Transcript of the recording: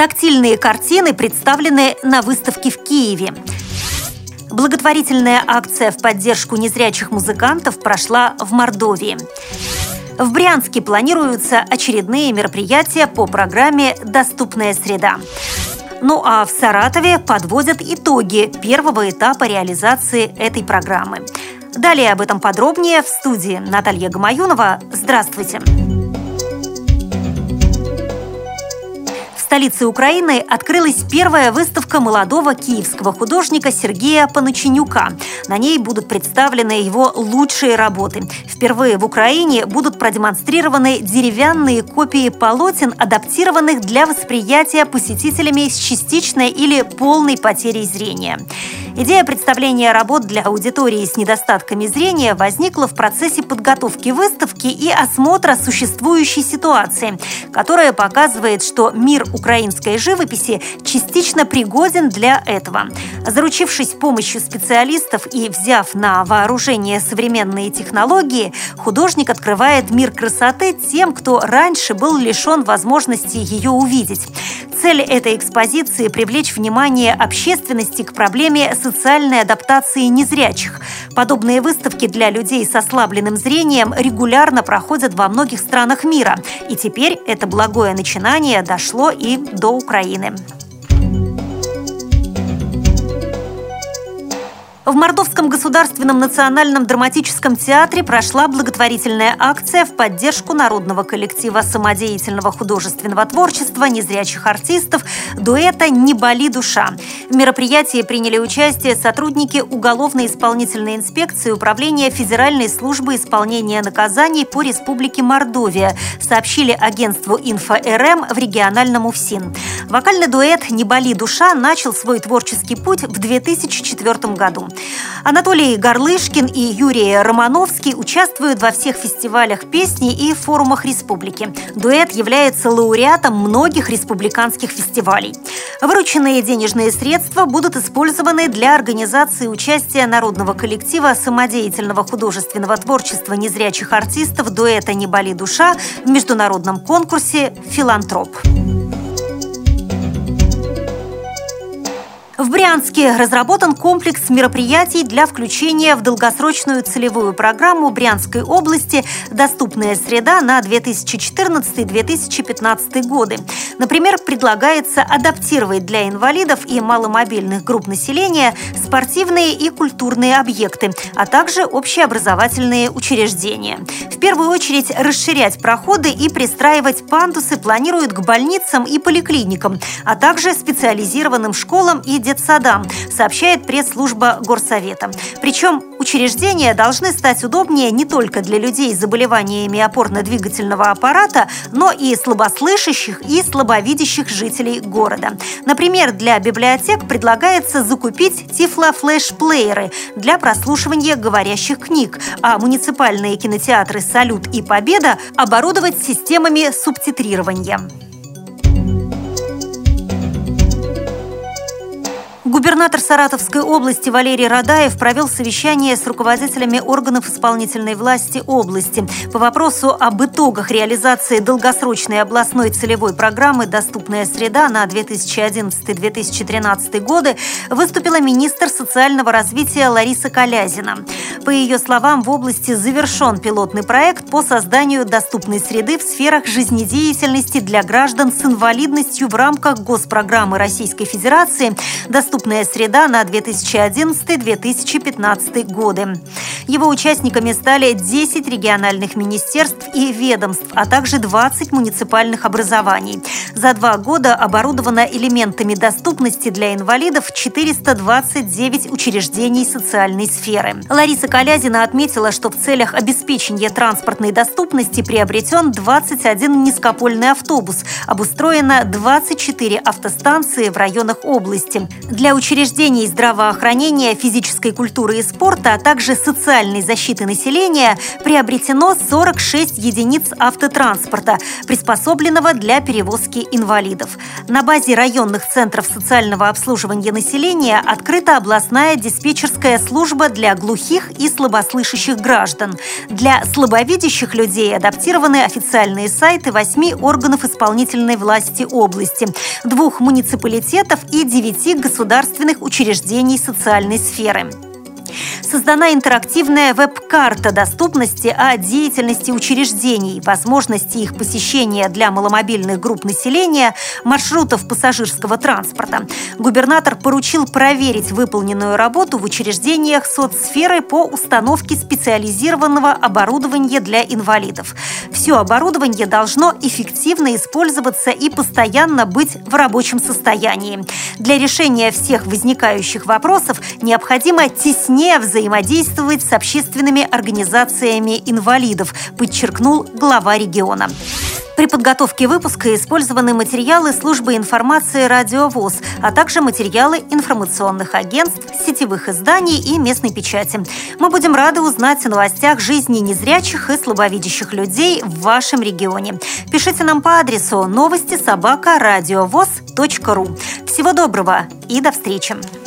Тактильные картины представлены на выставке в Киеве. Благотворительная акция в поддержку незрячих музыкантов прошла в Мордовии. В Брянске планируются очередные мероприятия по программе «Доступная среда». Ну а в Саратове подводят итоги первого этапа реализации этой программы. Далее об этом подробнее в студии Наталья Гамаюнова. Здравствуйте! В столице Украины открылась первая выставка молодого киевского художника Сергея Панученюка. На ней будут представлены его лучшие работы. Впервые в Украине будут продемонстрированы деревянные копии полотен, адаптированных для восприятия посетителями с частичной или полной потерей зрения. Идея представления работ для аудитории с недостатками зрения возникла в процессе подготовки выставки и осмотра существующей ситуации, которая показывает, что мир украинской живописи частично пригоден для этого. Заручившись помощью специалистов и взяв на вооружение современные технологии, художник открывает мир красоты тем, кто раньше был лишен возможности ее увидеть. Цель этой экспозиции – привлечь внимание общественности к проблеме социальной адаптации незрячих. Подобные выставки для людей с ослабленным зрением регулярно проходят во многих странах мира. И теперь это благое начинание дошло и до Украины. В Мордовском государственном национальном драматическом театре прошла благотворительная акция в поддержку народного коллектива самодеятельного художественного творчества незрячих артистов дуэта «Не боли душа». В мероприятии приняли участие сотрудники Уголовно-исполнительной инспекции Управления Федеральной службы исполнения наказаний по Республике Мордовия, сообщили агентству «Инфо-РМ» в региональном УФСИН. Вокальный дуэт «Не боли душа» начал свой творческий путь в 2004 году. Анатолий Горлышкин и Юрий Романовский участвуют во всех фестивалях песни и форумах республики. Дуэт является лауреатом многих республиканских фестивалей. Вырученные денежные средства будут использованы для организации участия народного коллектива самодеятельного художественного творчества незрячих артистов дуэта «Не боли душа» в международном конкурсе «Филантроп». В Брянске разработан комплекс мероприятий для включения в долгосрочную целевую программу Брянской области «Доступная среда» на 2014-2015 годы. Например, предлагается адаптировать для инвалидов и маломобильных групп населения спортивные и культурные объекты, а также общеобразовательные учреждения. В первую очередь расширять проходы и пристраивать пандусы планируют к больницам и поликлиникам, а также специализированным школам и детсадам, сообщает пресс-служба Горсовета. Причем учреждения должны стать удобнее не только для людей с заболеваниями опорно-двигательного аппарата, но и слабослышащих и слабовидящих жителей города. Например, для библиотек предлагается закупить тифлофлеш-плееры для прослушивания говорящих книг, а муниципальные кинотеатры «Салют» и «Победа» оборудовать системами субтитрирования. Губернатор Саратовской области Валерий Радаев провел совещание с руководителями органов исполнительной власти области. По вопросу об итогах реализации долгосрочной областной целевой программы «Доступная среда» на 2011-2013 годы выступила министр социального развития Лариса Колязина. По ее словам, в области завершен пилотный проект по созданию доступной среды в сферах жизнедеятельности для граждан с инвалидностью в рамках госпрограммы Российской Федерации «Доступная среда» на 2011-2015 годы. Его участниками стали 10 региональных министерств и ведомств, а также 20 муниципальных образований. За 2 года оборудовано элементами доступности для инвалидов 429 учреждений социальной сферы. Лариса Колязина отметила, что в целях обеспечения транспортной доступности приобретен 21 низкопольный автобус, обустроено 24 автостанции в районах области. Для Для учреждений здравоохранения, физической культуры и спорта, а также социальной защиты населения приобретено 46 единиц автотранспорта, приспособленного для перевозки инвалидов. На базе районных центров социального обслуживания населения открыта областная диспетчерская служба для глухих и слабослышащих граждан. Для слабовидящих людей адаптированы официальные сайты 8 органов исполнительной власти области, 2 муниципалитетов и 9 государственных учреждений социальной сферы. Создана интерактивная веб-карта доступности о деятельности учреждений, возможности их посещения для маломобильных групп населения, маршрутов пассажирского транспорта. Губернатор поручил проверить выполненную работу в учреждениях соцсферы по установке специализированного оборудования для инвалидов. Все оборудование должно эффективно использоваться и постоянно быть в рабочем состоянии. Для решения всех возникающих вопросов необходимо теснее взаимодействовать с общественными организациями инвалидов, подчеркнул глава региона. При подготовке выпуска использованы материалы службы информации «Радио ВОС», а также материалы информационных агентств, сетевых изданий и местной печати. Мы будем рады узнать о новостях жизни незрячих и слабовидящих людей в вашем регионе. Пишите нам по адресу новости@радиовос.ру. Всего доброго и до встречи!